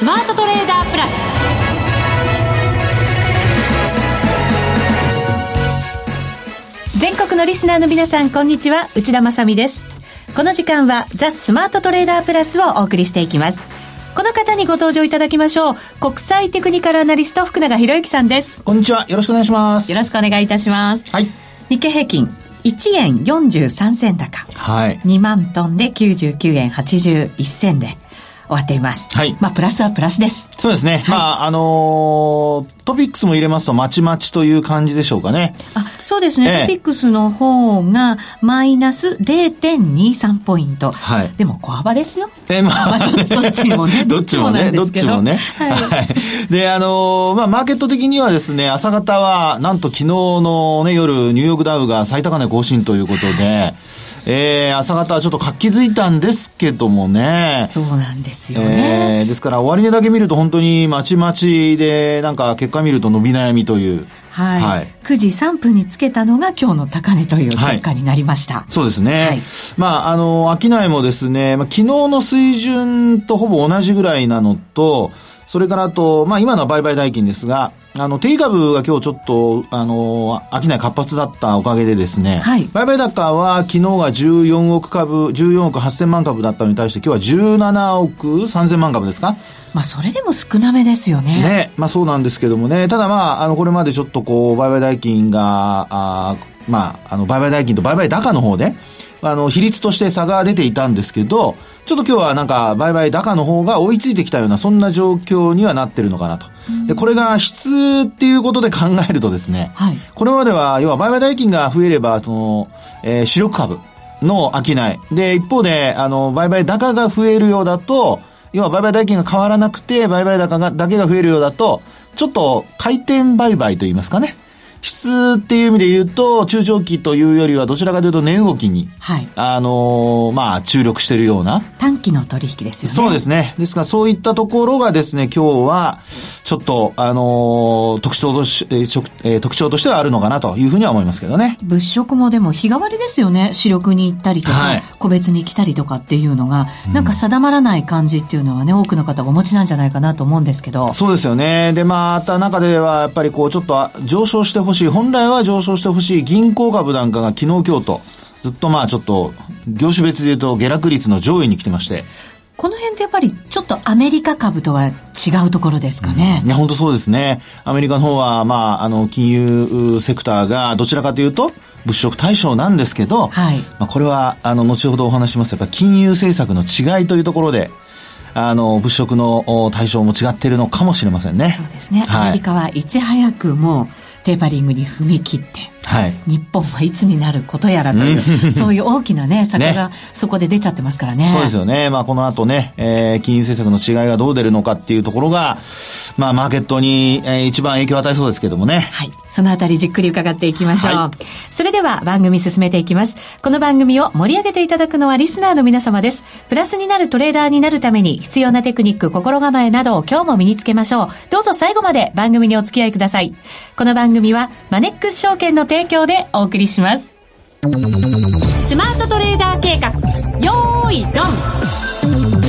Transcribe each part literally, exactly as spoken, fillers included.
スマートトレーダープラス。全国のリスナーの皆さん、こんにちは、内田まさみです。この時間はザ・スマートトレーダープラスをお送りしていきます。この方にご登場いただきましょう。国際テクニカルアナリスト福永博之さんです。 こんにちは、よろしくお願いします。 よろしくお願いいたします。 はい。 日経平均いちえんよんじゅうさんせん高、 はい、 にまんトンできゅうじゅうきゅうえんはちじゅういっ銭で終わっています。 はい。 まあプラスはプラスです。 そうですね。はい、まああのー、トピックスも入れますとまちまちという感じでしょうかね。 あ、そうですね。ええ、トピックスの方がマイナス れいてんにさん ポイント。はい。でも小幅ですよ。 えー、まあ、 まあ、どっちもね。 どっちもね。どっちもね。 はい。はい、 で、あのー、まあマーケット的にはですね、朝方はなんと昨日のね夜ニューヨークダウが最高値更新ということで。えー、朝方はちょっと活気づいたんですけどもね。 そうなんですよね。 えー、ですから終値だけ見ると本当にまちまちで、なんか結果見ると伸び悩みという。 はい。はい、くじさんぷんにつけたのが今日の高値という結果になりました。はい、 そうですね。はい、まあ、あの、商いもですね、まあ、昨日の水準とほぼ同じぐらいなのと、それからあと、まあ今のは売買代金ですが、あの、定株が今日ちょっと、あの、商い活発だったおかげでですね、はい、売買高は昨日がじゅうよんおくかぶ、じゅうよんおくはっせんまん株だったのに対して今日はじゅうななおくさんぜんまん株ですか？ まあそれでも少なめですよね。 ね、まあそうなんですけどもね、ただまあ、あの、これまでちょっとこう、売買代金が、あまあ、あの、売買代金と売買高の方で、あの、比率として差が出ていたんですけど、ちょっと今日はなんか売買高の方が追いついてきたようなそんな状況にはなってるのかなと。で、これが質っていうことで考えるとですね、はい、これまでは要は売買代金が増えればその、えー、主力株の商いで、一方であの売買高が増えるようだと、要は売買代金が変わらなくて売買高がだけが増えるようだと、ちょっと回転売買といいますかね。質っていう意味で言うと、中長期というよりはどちらかというと値動きに、はい、あのー、まあ、注力しているような。 短期の取引ですよね。 そうですね。ですからそういったところがですね、今日は、ちょっと、あのー、特徴とし、えー、特徴としてはあるのかなというふうには思いますけどね。 物色もでも日替わりですよね。主力に行ったりとか、はい、個別に来たりとかっていうのが、なんか定まらない感じっていうのはね、多くの方がお持ちなんじゃないかなと思うんですけど。 そうですよね。で、まあ、あった中では、やっぱりこう、ちょっと上昇してほしい、本来は上昇してほしい銀行株なんかが昨日今日とずっとまあちょっと業種別で言うと下落率の上位に来てまして、 この辺ってやっぱりちょっとアメリカ株とは違うところですかね。 うん、いや本当そうですね。アメリカの方はまああの金融セクターがどちらかというと物色対象なんですけど、はい、まあこれはあの後ほどお話します。やっぱ金融政策の違いというところで。あの物色の対象も違っているのかもしれませんね。 そうですね。はい、アメリカはいち早くもうテーパリングに踏み切って、はい、日本はいつになることやらというそういう大きなね差がそこで出ちゃってますからね。 そうですよね。まあこの後ね、えー、金融政策の違いがどう出るのかっていうところがまあマーケットに、えー、一番影響を与えそうですけどもね。 はい。そのあたりじっくり伺っていきましょう。はい、それでは番組進めていきます。この番組を盛り上げていただくのはリスナーの皆様です。プラスになるトレーダーになるために必要なテクニック、心構えなどを今日も身につけましょう。どうぞ最後まで番組にお付き合いください。この番組はマネックス証券の提供でお送りします。スマートトレーダー計画、よーいドン。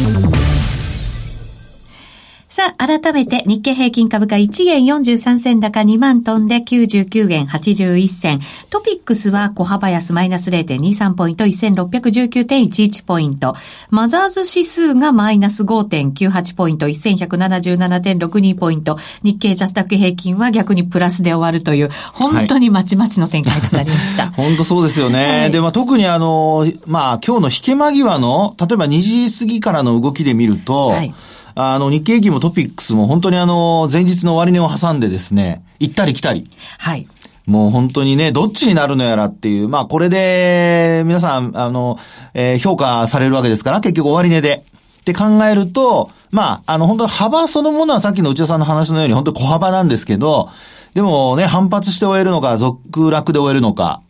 さあ、改めて日経平均株価いちえんよんじゅうさん銭高にまんトンできゅうじゅうきゅうえんはちじゅういっ銭。トピックスは小幅安マイナス れいてんにさん ポイント、せんろっぴゃくじゅうきゅうてんいちいちポイント。マザーズ指数がマイナス ごてんきゅうはち ポイント、せんひゃくななじゅうななてんろくに ポイント。日経ジャスダック平均は逆にプラスで終わるという、本当にまちまちの展開となりました。はい、 本当そうですよね。はい、で、まあ特にあの、まあ今日の引け間際の、例えばにじ過ぎからの動きで見ると、はいあの、日経平均もトピックスも本当にあの、前日の終値を挟んでですね、行ったり来たり。はい。もう本当にね、どっちになるのやらっていう、まあこれで、皆さん、あの、えー、評価されるわけですから、結局終値で。って考えると、まあ、あの、本当幅そのものはさっきの内田さんの話のように本当に小幅なんですけど、でもね、反発して終えるのか、続落で終えるのか、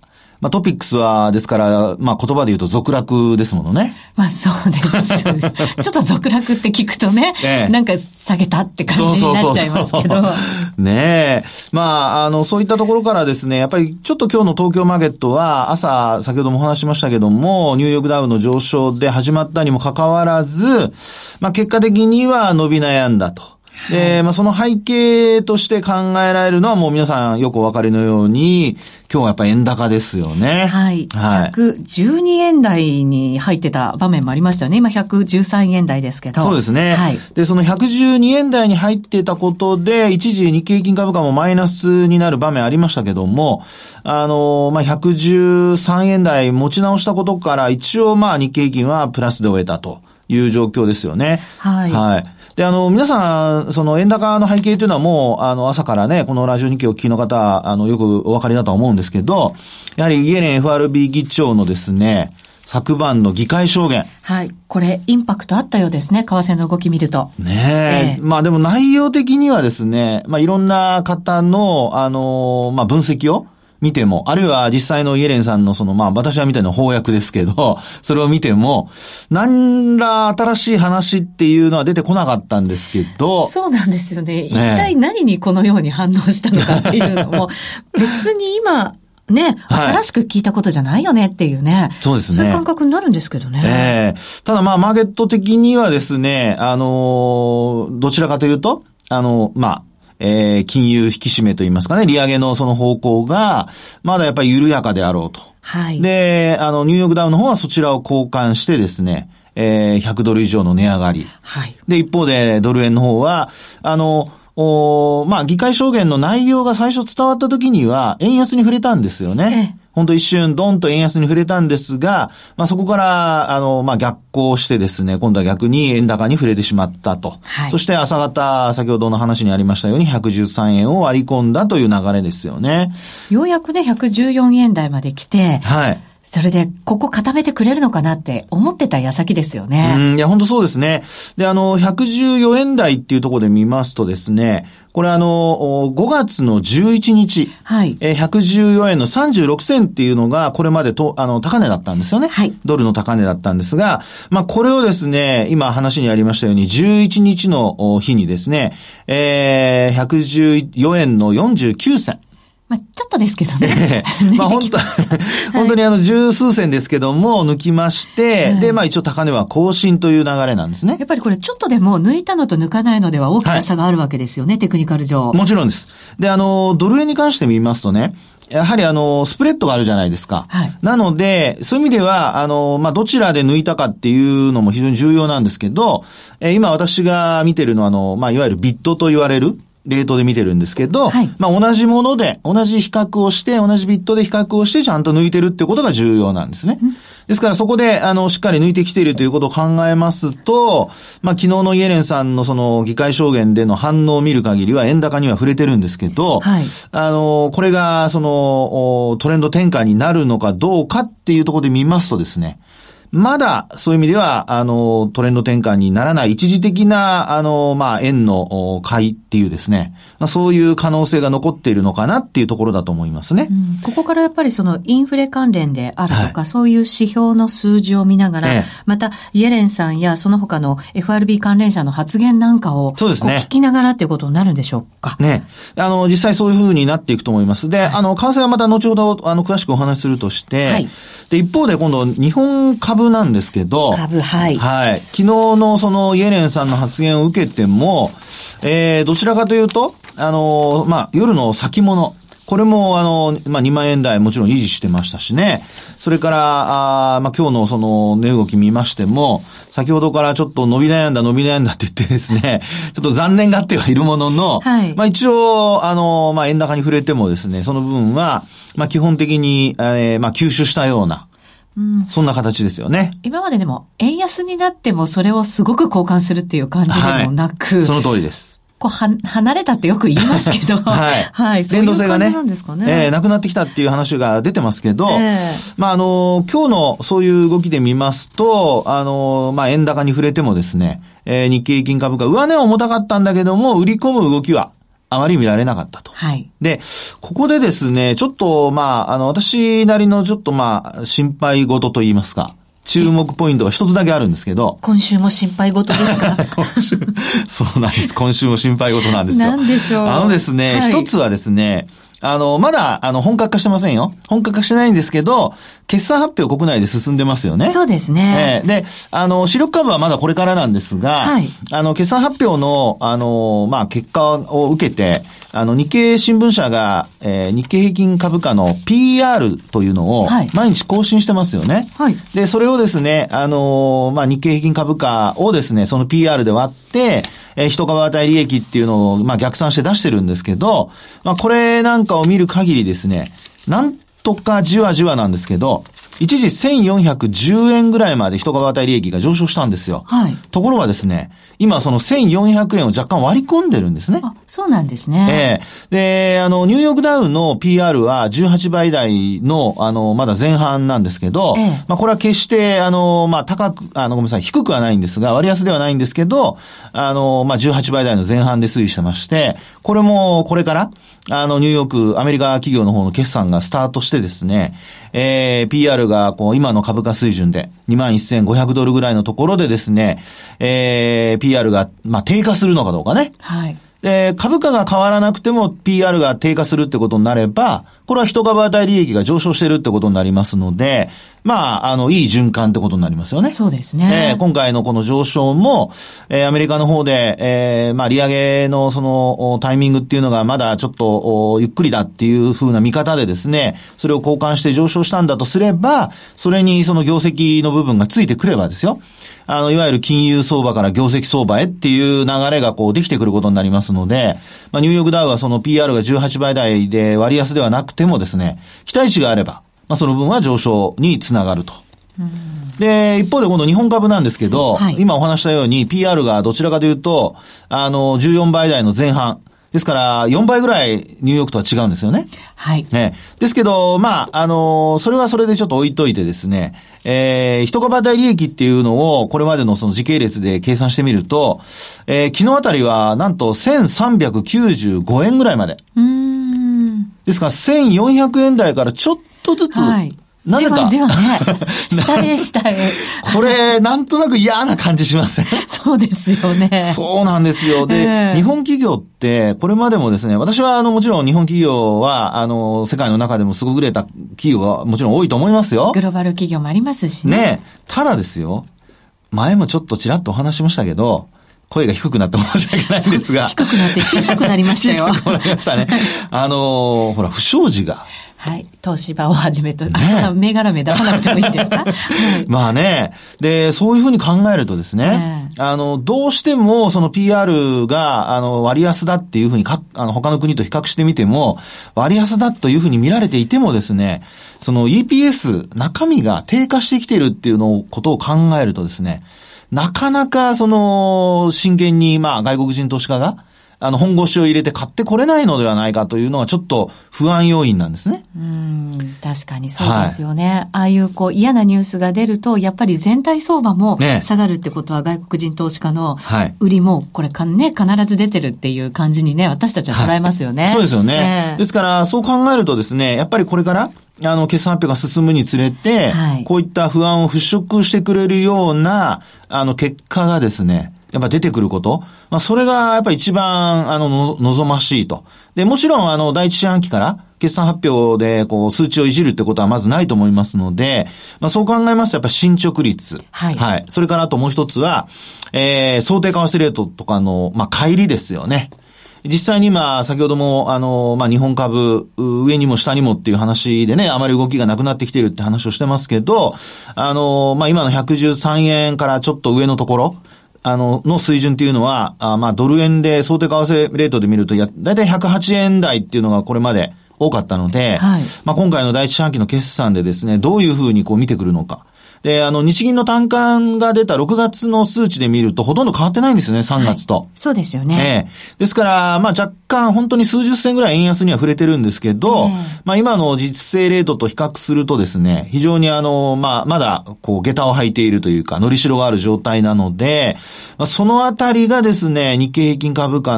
まあトピックスは、ですから、まあ言葉で言うと続落ですものね。 まあそうですよね。ちょっと続落って聞くとね、ええ、なんか下げたって感じになっちゃいますけど。そうそうそうそうねえ。まあ、あの、そういったところからですね、やっぱりちょっと今日の東京マーケットは朝、先ほどもお話しましたけども、ニューヨークダウの上昇で始まったにもかかわらず、まあ結果的には伸び悩んだと。で、まあ、その背景として考えられるのはもう皆さんよくお分かりのように、今日はやっぱり円高ですよね。 はい。はい。ひゃくじゅうにえん台に入ってた場面もありましたよね。今ひゃくじゅうさんえん台ですけど。 そうですね。はい。で、そのひゃくじゅうにえん台に入ってたことで、一時日経平均株価もマイナスになる場面ありましたけども、あの、まあ、ひゃくじゅうさんえん台持ち直したことから、一応まあ日経平均はプラスで終えたという状況ですよね。 はい。 はい。で、あの、皆さん、その円高の背景というのはもう、あの、朝からね、このラジオ日経をお聞きの方、あの、よくお分かりだとは思うんですけど、やはりイエレン エフアールビー 議長のですね、昨晩の議会証言。 はい。これ、インパクトあったようですね、為替の動き見ると。 ねえ。えー、まあでも内容的にはですね、まあいろんな方の、あの、まあ分析を、見ても、あるいは実際のイエレンさんのその、まあ私はみたいな翻訳ですけど、それを見ても、何ら新しい話っていうのは出てこなかったんですけど。 そうなんですよね。一体何にこのように反応したのかっていうのも、別に今、ね、新しく聞いたことじゃないよねっていうね。 そうですね。 そういう感覚になるんですけどね。 ええー、ただまあマーケット的にはですね、あのー、どちらかというと、あのー、まあ、えー、金融引き締めといいますかね、利上げのその方向が、まだやっぱり緩やかであろうと。 はい。 で、あの、ニューヨークダウの方はそちらを交換してですね、えー、ひゃくドル以上の値上がり。 はい。 で、一方で、ドル円の方は、あの、おまあ、議会証言の内容が最初伝わった時には、円安に触れたんですよね。ええ、ほんと一瞬ドンと円安に触れたんですが、まあそこから、あの、まあ逆行してですね、今度は逆に円高に触れてしまったと。はい、そして朝方、先ほどの話にありましたようにひゃくじゅうさんえんを割り込んだという流れですよね。 ようやくね、ひゃくじゅうよんえん台まで来て、 はい。 それで、ここ固めてくれるのかなって思ってた矢先ですよね。 うん、いや、本当そうですね。で、あの、ひゃくじゅうよえん台っていうところで見ますとですね、これあの、ごがつのじゅういちにち、はい。え、ひゃくじゅうよえんのさんじゅうろくせんっていうのが、これまでと、あの、高値だったんですよね。はい。ドルの高値だったんですが、まあ、これをですね、今話にありましたように、じゅういちにちの日にですね、えー、ひゃくじゅうよえんのよんじゅうきゅうせん。 まあ、ちょっとですけどね。 えー、まあ本当、本当にあの十数銭ですけども抜きまして、はい、で、まあ一応高値は更新という流れなんですね。 やっぱりこれちょっとでも抜いたのと抜かないのでは大きな差があるわけですよね、はい、テクニカル上。 もちろんです。で、あの、ドル円に関して見ますとね、やはりあの、スプレッドがあるじゃないですか。はい。なので、そういう意味では、あの、まあ、どちらで抜いたかっていうのも非常に重要なんですけど、えー、今私が見てるのはあの、まあ、いわゆるビットと言われる、レートで見てるんですけど、はい、まあ同じもので、同じ比較をして、同じビットで比較をして、ちゃんと抜いてるってことが重要なんですね。ですからそこで、あの、しっかり抜いてきているということを考えますと、まあ昨日のイエレンさんのその議会証言での反応を見る限りは円高には触れてるんですけど、はい、あの、これがそのトレンド転換になるのかどうかっていうところで見ますとですね、まだ、そういう意味では、あの、トレンド転換にならない一時的な、あの、まあ、円の買いっていうですね、まあ、そういう可能性が残っているのかなっていうところだと思いますね。うん、 ここからやっぱりそのインフレ関連であるとか、はい、そういう指標の数字を見ながら、ええ、また、イエレンさんやその他の エフアールビー 関連者の発言なんかを、そうですね。聞きながらっていうことになるんでしょうか。 ね。あの、実際そういうふうになっていくと思います。で、はい、あの、為替はまた後ほど、あの、詳しくお話しするとして、はい、で、一方で今度、日本株なんですけど、 株、はい。 はい。昨日のそのイエレンさんの発言を受けても、えー、どちらかというと、あの、まあ、夜の先物。これも、あの、まあ、にまんえん台もちろん維持してましたしね。それから、あまあ、今日のその値動き見ましても、先ほどからちょっと伸び悩んだ伸び悩んだって言ってですね、ちょっと残念がってはいるものの、はい、まあ、一応、あの、まあ、円高に触れてもですね、その部分は、まあ、基本的に、えー、まあ、吸収したような、うん、そんな形ですよね。 今まででも、円安になってもそれをすごく交換するっていう感じでもなく、 はい、その通りです。 こうは、離れたってよく言いますけど、はい。はい。連動性がね、なんですかね。 えー、なくなってきたっていう話が出てますけど、えー、まあ、あの、今日のそういう動きで見ますと、あの、まあ、円高に触れてもですね、えー、日経平均株価、上値は重たかったんだけども、売り込む動きは、 あまり見られなかったと。 はい。 で、ここでですね、ちょっと、まあ、あの、私なりのちょっと、まあ、心配事と言いますか、注目ポイントが一つだけあるんですけど。 今週も心配事ですか？ 今週、そうなんです。今週も心配事なんですよ。 なんでしょう。 あのですね、一、はい、つはですね、あの、まだ、あの、本格化してませんよ。本格化してないんですけど、決算発表国内で進んでますよね。 そうですね。 えー、で、あの、主力株はまだこれからなんですが、はい、あの、決算発表の、あの、まあ、結果を受けて、あの、日経新聞社が、えー、日経平均株価の ピーアール というのを、毎日更新してますよね。はい。で、それをですね、あの、まあ、日経平均株価をですね、その ピーアール で割って、えー、一株当たり利益っていうのを、まあ、逆算して出してるんですけど、まあ、これなんかを見る限りですね、なんとかじわじわなんですけど、一時せんよんひゃくじゅうえんぐらいまで一株当たり利益が上昇したんですよ。はい。ところがですね、今そのせんよんひゃくえんを若干割り込んでるんですね。 あ、そうなんですね。 ええー。で、あの、ニューヨークダウの ピーアール はじゅうはちばい台の、あの、まだ前半なんですけど、ええ、まあこれは決して、あの、まあ高く、あの、ごめんなさい、低くはないんですが、割安ではないんですけど、あの、まあじゅうはちばい台の前半で推移してまして、これもこれから、あの、ニューヨーク、アメリカ企業の方の決算がスタートしてですね、えー、ピーアール が、こう、今の株価水準で、にまんせんごひゃくドルぐらいのところでですね、えー、ピーアール が、まあ、低下するのかどうかね。はい。で、株価が変わらなくても ピーアール が低下するってことになれば、これは一株当たり利益が上昇してるってことになりますので、まあ、あの、いい循環ってことになりますよね。 そうですね。 えー、今回のこの上昇も、えー、アメリカの方で、えー、まあ、利上げのその、タイミングっていうのがまだちょっと、ゆっくりだっていう風な見方でですね、それを交換して上昇したんだとすれば、それにその業績の部分がついてくればですよ。あの、いわゆる金融相場から業績相場へっていう流れがこうできてくることになりますので、まあ、ニューヨークダウはその ピーアール がじゅうはちばい台で割安ではなくてもですね、期待値があれば、まあ、その分は上昇につながると。うんで、一方で今度日本株なんですけど、はい、今お話したように ピーアール がどちらかというと、あの、じゅうよんばい台の前半。ですから、よんばいぐらいニューヨークとは違うんですよね。 はい。 ね。ですけど、まあ、あの、それはそれでちょっと置いといてですね、えー、一株当たり利益っていうのを、これまでのその時系列で計算してみると、えー、昨日あたりは、なんとせんさんびゃくきゅうじゅうごえんぐらいまで。 うーん。 ですから、せんよんひゃくえん台からちょっとずつ、はい。 なぜか。じわじわね。下へ下へ。 これ、なんとなく嫌な感じしません？ そうですよね。 そうなんですよ。で、えー、日本企業って、これまでもですね、私はあの、もちろん日本企業は、あの、世界の中でも優れた企業がもちろん多いと思いますよ。 グローバル企業もありますしね。 ね。ただですよ、前もちょっとちらっとお話しましたけど、声が低くなって申し訳ないんですが。 低くなって小さくなりましたよ。 小さくなりましたね。あの、ほら、不祥事が。 はい。東芝をはじめと、ね、あ、銘柄名出さなくてもいいですか？はい、 まあね。で、そういうふうに考えるとですね、えー、あの、どうしてもその ピーアール が、あの、割安だっていうふうにか、あの、他の国と比較してみても、割安だというふうに見られていてもですね、その イーピーエス、中身が低下してきているっていうのを、ことを考えるとですね、なかなかその、真剣に、まあ、外国人投資家が、あの、本腰を入れて買ってこれないのではないかというのはちょっと不安要因なんですね。 うん、確かにそうですよね。はい、ああいうこう嫌なニュースが出ると、やっぱり全体相場も下がるってことは、外国人投資家の売りも、これかね、必ず出てるっていう感じにね、私たちは捉えますよね。 はい、そうですよね。えー、ですから、そう考えるとですね、やっぱりこれから、あの、決算発表が進むにつれて、はい、こういった不安を払拭してくれるような、あの、結果がですね、やっぱ出てくること。まあ、それがやっぱり一番、あの、の、望ましいと。で、もちろん、あの、第一四半期から、決算発表で、こう、数値をいじるってことはまずないと思いますので、まあ、そう考えますと、やっぱり進捗率。はい。はい。それからあともう一つは、えー、想定為替レートとかの、まあ、乖離ですよね。実際に今、先ほども、あの、まあ、日本株、上にも下にもっていう話でね、あまり動きがなくなってきてるって話をしてますけど、あの、まあ、今のひゃくじゅうさんえんからちょっと上のところ、あの、の水準っていうのは、あまあ、ドル円で想定為替レートで見ると、や、だいたいひゃくはちえん台っていうのがこれまで多かったので、はい、まあ、今回の第一四半期の決算でですね、どういうふうにこう見てくるのか。で、あの、日銀の短観が出たろくがつの数値で見るとほとんど変わってないんですよね、さんがつと。はい、 そうですよね。 ええ。ですから、まあ若干本当に数十銭ぐらい円安には触れてるんですけど、えー、まあ今の実勢レートと比較するとですね、非常にあの、まあまだこう下駄を履いているというか、のりしろがある状態なので、まあ、そのあたりがですね、日経平均株価の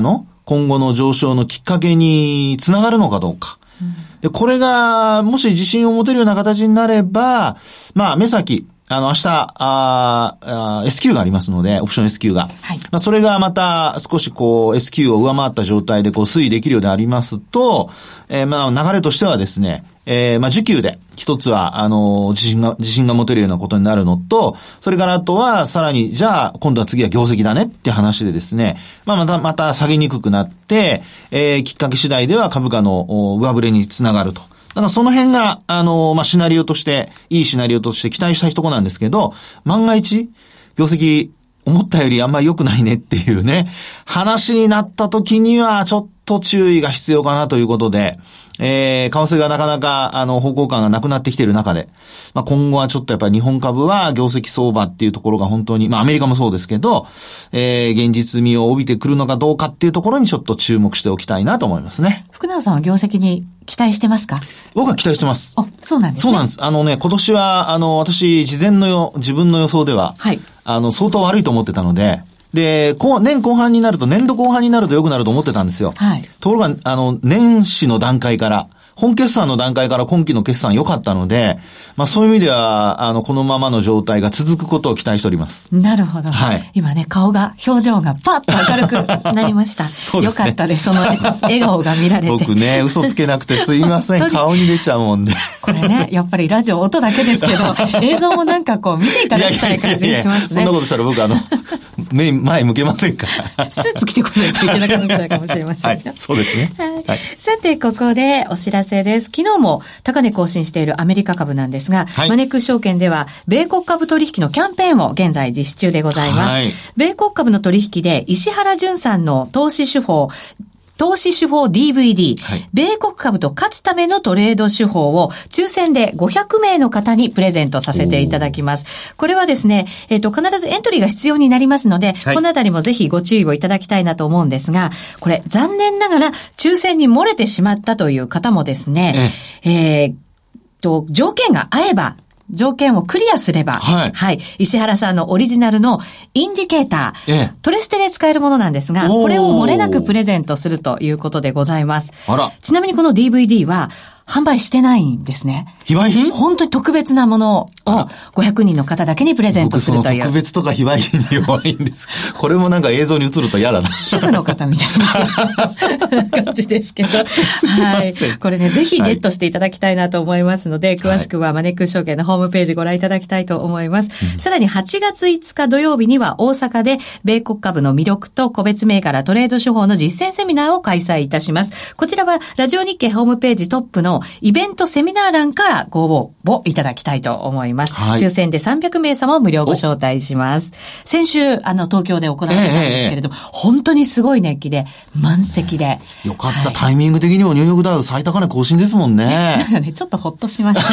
今後の上昇のきっかけにつながるのかどうか。うん、で、これが、もし自信を持てるような形になれば、まあ、目先、あの、明日、ああ エスキュー がありますので、オプション エスキュー が。はい。まあ、それがまた少しこう、エスキュー を上回った状態でこう、推移できるようでありますと、えー、まあ、流れとしてはですね、えー、まあ、需給で、一つは、あの、自信が、自信が持てるようなことになるのと、それからあとは、さらに、じゃあ、今度は次は業績だねって話でですね、まあ、また、また下げにくくなって、えー、きっかけ次第では株価の上振れにつながると。だからその辺が、あの、まあ、シナリオとして、いいシナリオとして期待したいところなんですけど、万が一、業績、思ったよりあんまり良くないねっていうね、話になった時には、ちょっと注意が必要かなということで、えー、為替がなかなか、あの、方向感がなくなってきている中で、まあ、今後はちょっとやっぱり日本株は業績相場っていうところが本当に、まあ、アメリカもそうですけど、えー、現実味を帯びてくるのかどうかっていうところにちょっと注目しておきたいなと思いますね。 福永さんは業績に期待してますか？ 僕は期待してます。 あ、そうなんですね。 そうなんです。あのね、今年は、あの、私、事前のよ、自分の予想では、はい。あの、相当悪いと思ってたので、で、こう、年後半になると、年度後半になると良くなると思ってたんですよ。はい。ところが、あの、年始の段階から、本決算の段階から今期の決算良かったので、まあそういう意味では、あの、このままの状態が続くことを期待しております。 なるほど。はい。今ね、顔が、表情がパッと明るくなりました。そうですね。良かったです。その笑顔が見られて。 僕ね、嘘つけなくてすいません。顔に出ちゃうもんで。 これね、やっぱりラジオ音だけですけど、映像もなんかこう見ていただきたい感じにしますね。いやいやいやいやそんなことしたら僕あの、目、前向けませんから。 スーツ着てこないといけなくなっちゃうかもしれません。 はい、そうですね。 はい。さて、ここでお知らせです。昨日も高値更新しているアメリカ株なんですが、はい、マネックス証券では、米国株取引のキャンペーンを現在実施中でございます。はい、米国株の取引で、石原淳さんの投資手法、投資手法 ディーブイディー、はい、米国株と勝つためのトレード手法を抽選でごひゃくめいの方にプレゼントさせていただきます。これはですね、えっと、必ずエントリーが必要になりますので、はい、このあたりもぜひご注意をいただきたいなと思うんですが、これ残念ながら抽選に漏れてしまったという方もですね、ええー、と、条件が合えば、条件をクリアすれば、はい。はい。石原さんのオリジナルのインディケーター、ええ、トレステで使えるものなんですが、これを漏れなくプレゼントするということでございます。あら。ちなみにこの ディーブイディー は、販売してないんですね。 非売品？ 本当に特別なものをごひゃくにんの方だけにプレゼントするという。 特別とか非売品に弱いんです。これもなんか映像に映ると嫌だな。 主婦の方みたいな感じですけど。はい。これね、ぜひゲットしていただきたいなと思いますので、はい、詳しくはマネックス証券のホームページご覧いただきたいと思います。うん、さらにはちがついつか土曜日には大阪で米国株の魅力と個別銘柄トレード手法の実践セミナーを開催いたします。こちらはラジオ日経ホームページトップのイベントセミナー欄からご応募をいただきたいと思います。はい、抽選でさんびゃくめいさまを無料ご招待します。先週、あの、東京で行われたんですけれども、えーえー、本当にすごい熱気で、満席で。 よかった、はい、タイミング的にもニューヨークダウ最高値更新ですもんね。 なんかね、ちょっとほっとしました。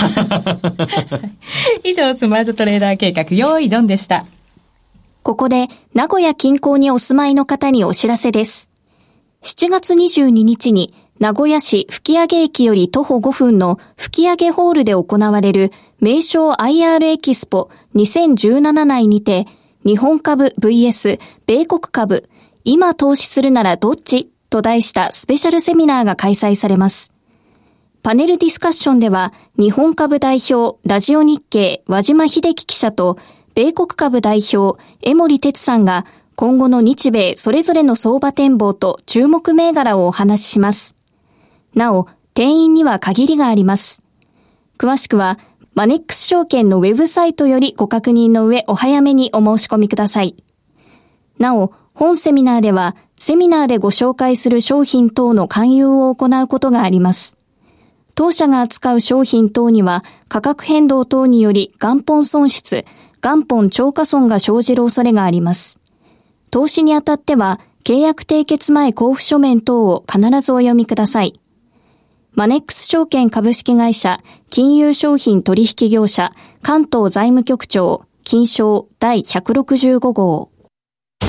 以上、スマートトレーダー計画、用意ドンでした。 ここで、名古屋近郊にお住まいの方にお知らせです。しちがつにじゅうににちに、名古屋市吹上駅より徒歩ごふんの吹上ホールで行われる名称 アイアール エキスポにせんじゅうなな内にて日本株 ブイエス 米国株今投資するならどっちと題したスペシャルセミナーが開催されます。パネルディスカッションでは日本株代表ラジオ日経和島秀樹記者と米国株代表江森哲さんが今後の日米それぞれの相場展望と注目銘柄をお話しします。なお、定員には限りがあります。詳しくは、マネックス証券のウェブサイトよりご確認の上、お早めにお申し込みください。なお、本セミナーでは、セミナーでご紹介する商品等の勧誘を行うことがあります。当社が扱う商品等には、価格変動等により元本損失、元本超過損が生じる恐れがあります。投資にあたっては、契約締結前交付書面等を必ずお読みください。マネックス証券株式会社金融商品取引業者関東財務局長金商第ひゃくろくじゅうご号。 ザ・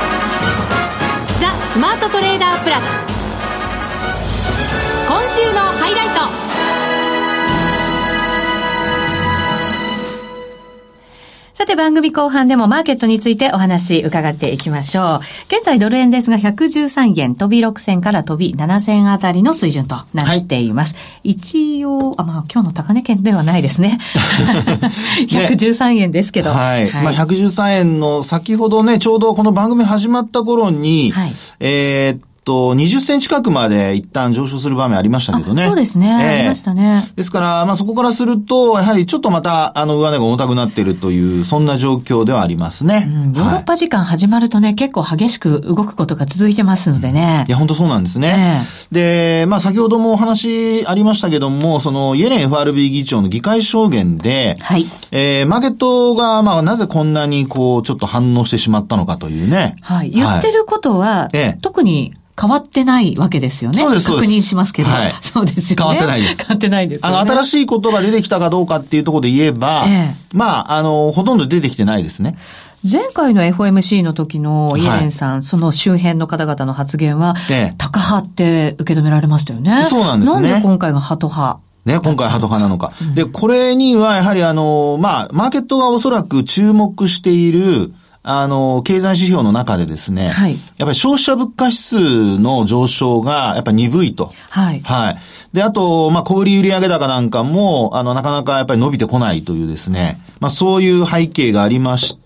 スマートトレーダープラス、今週のハイライト。さて番組後半でもマーケットについてお話伺っていきましょう。現在ドル円ですがひゃくじゅうさんえん飛びろくせんから飛びななせんあたりの水準となっています。はい、一応、あ、まあ今日の高値圏ではないですね。ひゃくじゅうさんえんですけど。 ね、はい。はい、まあひゃくじゅうさんえんの先ほどね、ちょうどこの番組始まった頃に、はい、えーにじゅっせん近くまで一旦上昇する場面ありましたけどね。 そうですね。えー、ありましたね。 ですから、まあそこからすると、やはりちょっとまた、あの、上値が重たくなっているという、そんな状況ではありますね。 うん、ヨーロッパ時間始まるとね、はい、結構激しく動くことが続いてますのでね。 いや、本当そうなんですね。えー、で、まあ先ほどもお話ありましたけども、その、イエレン エフアールビー 議長の議会証言で、はい。えー、マーケットが、まあなぜこんなにこう、ちょっと反応してしまったのかというね。 はい。言ってることは、はい、えー、特に、変わってないわけですよね。 そうです、そうです。 確認しますけど。はい。そうですよね。 変わってないです。 変わってないですよね。 あの、新しいことが出てきたかどうかっていうところで言えば、ええ、まあ、あの、ほとんど出てきてないですね。 前回の エフオーエムシー の時のイエレンさん、はい、その周辺の方々の発言は、ええ、タカ派って受け止められましたよね。 そうなんですね。 なんで今回がハト派ね、今回ハト派なのか。うん、で、これにはやはりあの、まあ、マーケットがおそらく注目している、あの、経済指標の中でですね、はい、やっぱり消費者物価指数の上昇がやっぱり鈍いと。はい。はい。で、あと、まあ、小売売上高なんかも、あの、なかなかやっぱり伸びてこないというですね、まあ、そういう背景がありまして、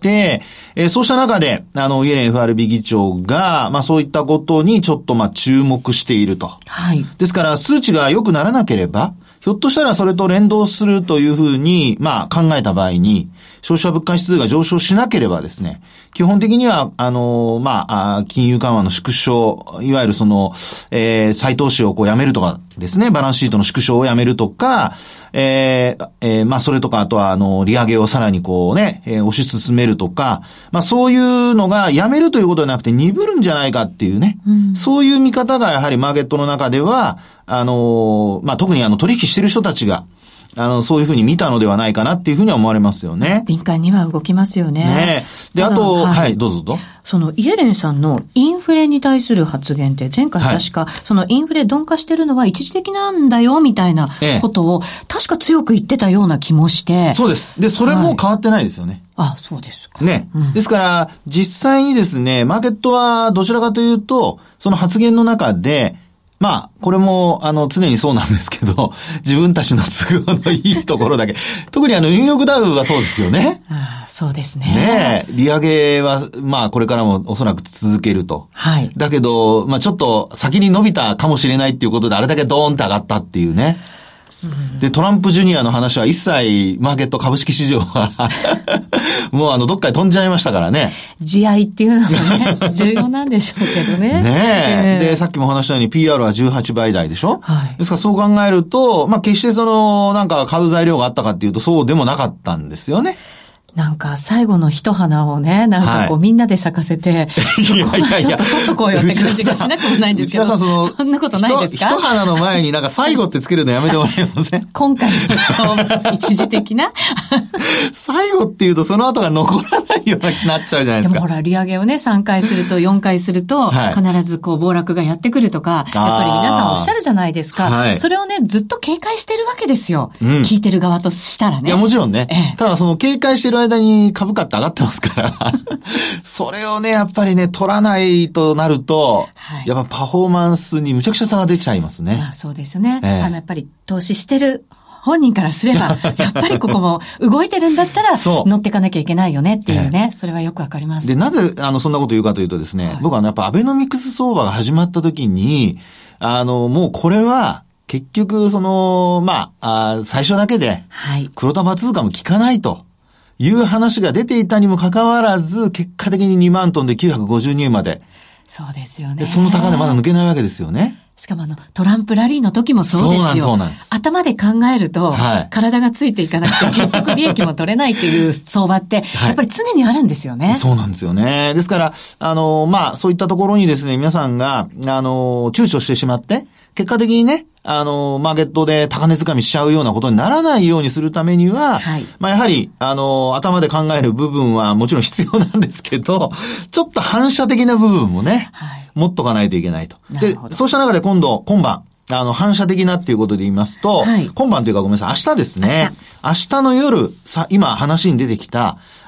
えー、そうした中で、あの、イエレン エフアールビー 議長が、まあ、そういったことにちょっと、まあ、注目していると。はい。ですから、数値が良くならなければ、ひょっとしたらそれと連動するというふうに、まあ考えた場合に、消費者物価指数が上昇しなければですね、基本的には、あの、まあ、金融緩和の縮小、いわゆるその、えー、再投資をこうやめるとかですね、バランスシートの縮小をやめるとか、えー、えー、まあ、それとか、あとは、あの、利上げをさらにこうね、えー、推し進めるとか、まあ、そういうのがやめるということではなくて鈍るんじゃないかっていうね、うん、そういう見方がやはりマーケットの中では、あの、まあ、特にあの、取引している人たちが、あの、そういうふうに見たのではないかなっていうふうには思われますよね。 敏感には動きますよね。ねで、あと、はい、はい、どうぞどうぞ。 そのイエレンさんのインフレに対する発言って前回確か、はい、そのインフレ鈍化してるのは一時的なんだよみたいなことを、確か強く言ってたような気もして。 そうです。で、それも変わってないですよね。 はい、あ、そうですか。 ね、うん。ですから、実際にですね、マーケットはどちらかというと、その発言の中で、まあ、これも、あの、常にそうなんですけど、自分たちの都合のいいところだけ。特にあの、ニューヨークダウはそうですよね。 ああ、そうですね。 ねえ、利上げは、まあ、これからもおそらく続けると。 はい。 だけど、まあ、ちょっと先に伸びたかもしれないっていうことで、あれだけドーンって上がったっていうね。で、トランプジュニアの話は一切、マーケット株式市場は、もうあの、どっかに飛んじゃいましたからね。 地合いっていうのもね、重要なんでしょうけどね。 ねえ。で、さっきも話したように ピーアール はじゅうはちばい台でしょ。はい。ですからそう考えると、まあ、決してその、なんか買う材料があったかっていうと、そうでもなかったんですよね。 なんか最後の一花をね、なんかこうみんなで咲かせて、はい、そこはちょっと取っとこうよって感じがしなくもないんですけど、そ, のそんなことないですか？ 一花の前になんか最後ってつけるのやめてもらえません？ 今回のそう一時的な最後っていうとその後が残らないようになっちゃうじゃないですか。 でもほら利上げをねさんかいするとよんかいすると、はい、必ずこう暴落がやってくるとか、やっぱり皆さんおっしゃるじゃないですか。はい、それをねずっと警戒してるわけですよ。うん、聞いてる側としたらね。 いやもちろんね。ええ、ただその警戒してる間に株価って上がってますからそれをねやっぱりね取らないとなると、はい、やっぱパフォーマンスにむちゃくちゃ差が出ちゃいますね。 あ、そうですよね、ええ、あのやっぱり投資してる本人からすればやっぱりここも動いてるんだったら乗っていかなきゃいけないよねっていうね、ええ、それはよくわかります。 でなぜあのそんなこと言うかというとですね、はい、僕は、ね、やっぱアベノミクス相場が始まった時にあのもうこれは結局そのまあ、あ最初だけで黒束通貨も効かないという話が出ていたにもかかわらず、結果的ににまんトンできゅうひゃくごじゅうにえんまで。 そうですよね。 でその高値まだ抜けないわけですよね。 しかもあの、トランプラリーの時もそうですよ。そうなんです、そうなんです。頭で考えると、はい、体がついていかなくて、結局利益も取れないっていう相場って、はい、やっぱり常にあるんですよね。 そうなんですよね。ですから、あの、まあ、そういったところにですね、皆さんが、あの、躊躇してしまって、結果的にね、あの、マーケットで高値掴みしちゃうようなことにならないようにするためには、はい、まあやはり、あの、頭で考える部分はもちろん必要なんですけど、ちょっと反射的な部分もね、はい、持っとかないといけないと。で、そうした中で今度、今晩、あの、反射的なっていうことで言いますと、はい、今晩というかごめんなさい、明日ですね。明日、明日の夜、さ、今話に出てきた、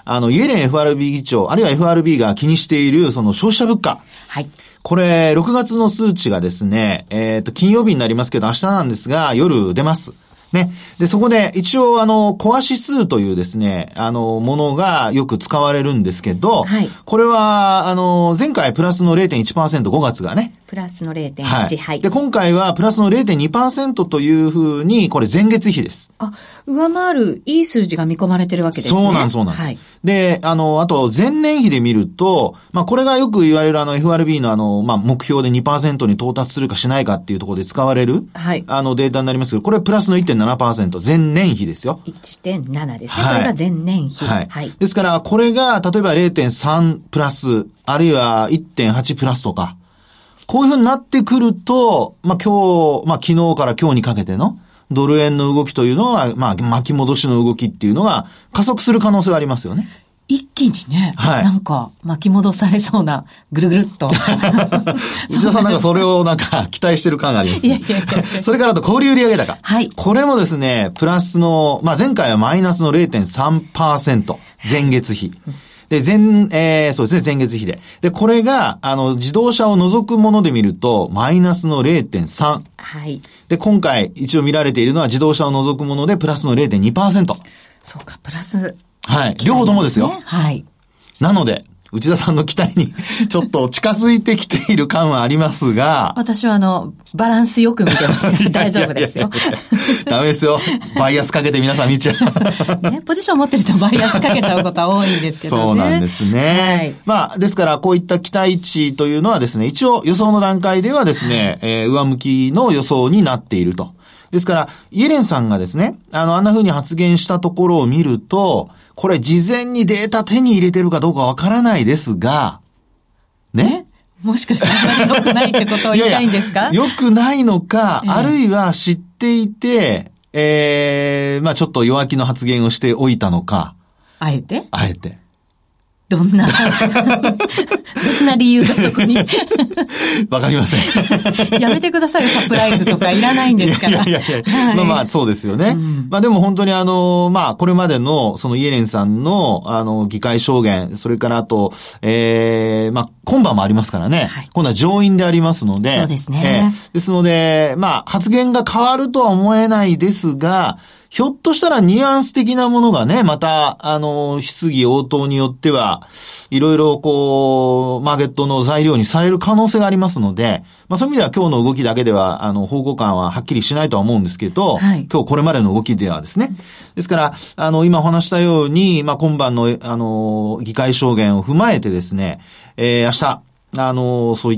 あの、イエレン エフアールビー 議長、あるいは エフアールビー が気にしている、その消費者物価。 はい。 これ、ろくがつの数値がですね、えっと、金曜日になりますけど、明日なんですが、夜出ます。ね。で、そこで、一応、あの、コア指数というですね、あの、ものがよく使われるんですけど、 はい。 これは、あの、前回プラスの れいてんいちパーセント、ごがつがね。 プラスの れいてんいち、 はい。 はい。 で、今回はプラスの れいてんにパーセント というふうに、これ前月比です。 あ、上回るいい数字が見込まれてるわけですね。 そうなんです、そうなんです。 はい。 で、あの、あと、前年比で見ると、まあ、これがよく言われるあの エフアールビー のあの、まあ、目標で にパーセント に到達するかしないかっていうところで使われる、 はい。 あの、データになりますけど、これプラスの いってんななパーセント、前年比ですよ。 いってんなな ですね。 はい、 これが前年比。 はい。 はい。 ですから、これが、例えば れいてんさん プラス、あるいは いってんはち プラスとか、こういうふうになってくると、まあ、今日、まあ、昨日から今日にかけてのドル円の動きというのは、まあ、巻き戻しの動きっていうのが加速する可能性はありますよね。 一気にね、はい、なんか巻き戻されそうな、ぐるぐるっと。 内田さんなんかそれをなんか期待してる感があります、ね。いやいやいやそれからあと小売売上高。 はい。 これもですね、プラスの、まあ、前回はマイナスの れいてんさんパーセント、前月比。で、前、えー、そうですね、前月比で。で、これが、あの、自動車を除くもので見ると、マイナスの れいてんさん。 はい。 で、今回、一応見られているのは自動車を除くもので、プラスの れいてんにパーセント。 そうか、プラス。 はい。両方ともですよ。 はい。 なので、内田さんの期待にちょっと近づいてきている感はありますが。 私はあの、バランスよく見てますから大丈夫ですよ。 いやいやいやダメですよ。バイアスかけて皆さん見ちゃう。 ね、ポジション持ってるとバイアスかけちゃうことは多いんですけどね。 そうなんですね。はい、まあ、ですからこういった期待値というのはですね、一応予想の段階ではですね、はい、えー、上向きの予想になっていると。ですから、イエレンさんがですね、あの、あんな風に発言したところを見ると、これ事前にデータ手に入れてるかどうかわからないですが、ね。 もしかしてあんまり良くないってことを言いたいんですか？ いやいや良くないのか、 ええ、 あるいは知っていて、ええー、まあちょっと弱気の発言をしておいたのか。 あえて？ あえて。 どんな、どんな理由がそこに。 わかりません。 やめてくださいよ、サプライズとかいらないんですから。 いやいやいや、はい、まあまあそうですよね。うん、まあでも本当にあの、まあこれまでのそのイエレンさんのあの議会証言、それからあと、ええー、まあ今晩もありますからね。はい、今度は上院でありますので。 そうですね。 えー、ですので、まあ発言が変わるとは思えないですが、ひょっとしたらニュアンス的なものがね、また、あの、質疑応答によっては、いろいろこう、マーケットの材料にされる可能性がありますので、まあそういう意味では今日の動きだけでは、あの、方向感ははっきりしないとは思うんですけど、はい、今日これまでの動きではですね。ですから、あの、今お話したように、まあ今晩の、あの、議会証言を踏まえてですね、えー、明日、あの、そういった、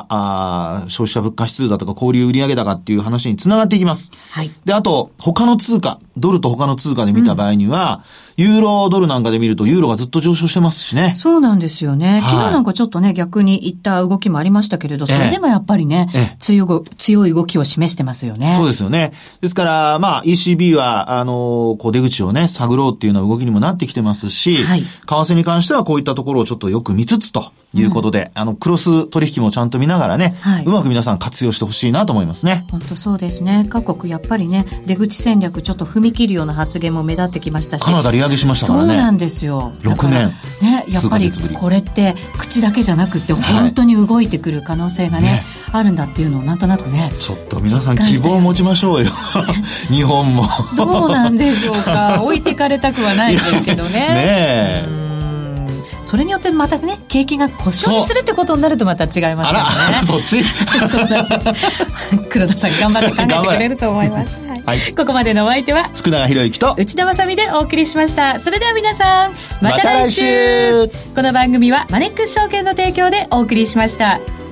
あ消費者物価指数だとか小売売上高っていう話につながっていきます。 はい。 で、あと、他の通貨、ドルと他の通貨で見た場合には、うん、ユーロドルなんかで見るとユーロがずっと上昇してますしね。 そうなんですよね。はい、昨日なんかちょっとね、逆にいった動きもありましたけれど、それでもやっぱりね、ええ、強い、強い動きを示してますよね。 そうですよね。ですから、まあ、イーシービー は、あの、こう出口をね、探ろうっていうような動きにもなってきてますし、はい、為替に関してはこういったところをちょっとよく見つつということで、うん、あの、クロス取引もちゃんと見ながらね、はい、うまく皆さん活用してほしいなと思いますね。 本当そうですね。各国やっぱりね、出口戦略ちょっと踏み切るような発言も目立ってきましたし。 カナダ利上げしましたからね。 そうなんですよ。 ろくねん。 ね、やっぱりこれって口だけじゃなくて本当に動いてくる可能性がね、はい、ねあるんだっていうのをなんとなくね。 ちょっと皆さん希望を持ちましょうよ。日本も。 どうなんでしょうか。置いてかれたくはないんですけどね。ねえ。 それによってまたね、景気が故障にするってことになるとまた違いますからね。 あら、そっちそうなんです。黒田さん頑張って考えてくれると思います。はい、ここまでのお相手は福永博之と内田まさみでお送りしました。それでは皆さん、また来週。また来週。この番組はマネックス証券の提供でお送りしました。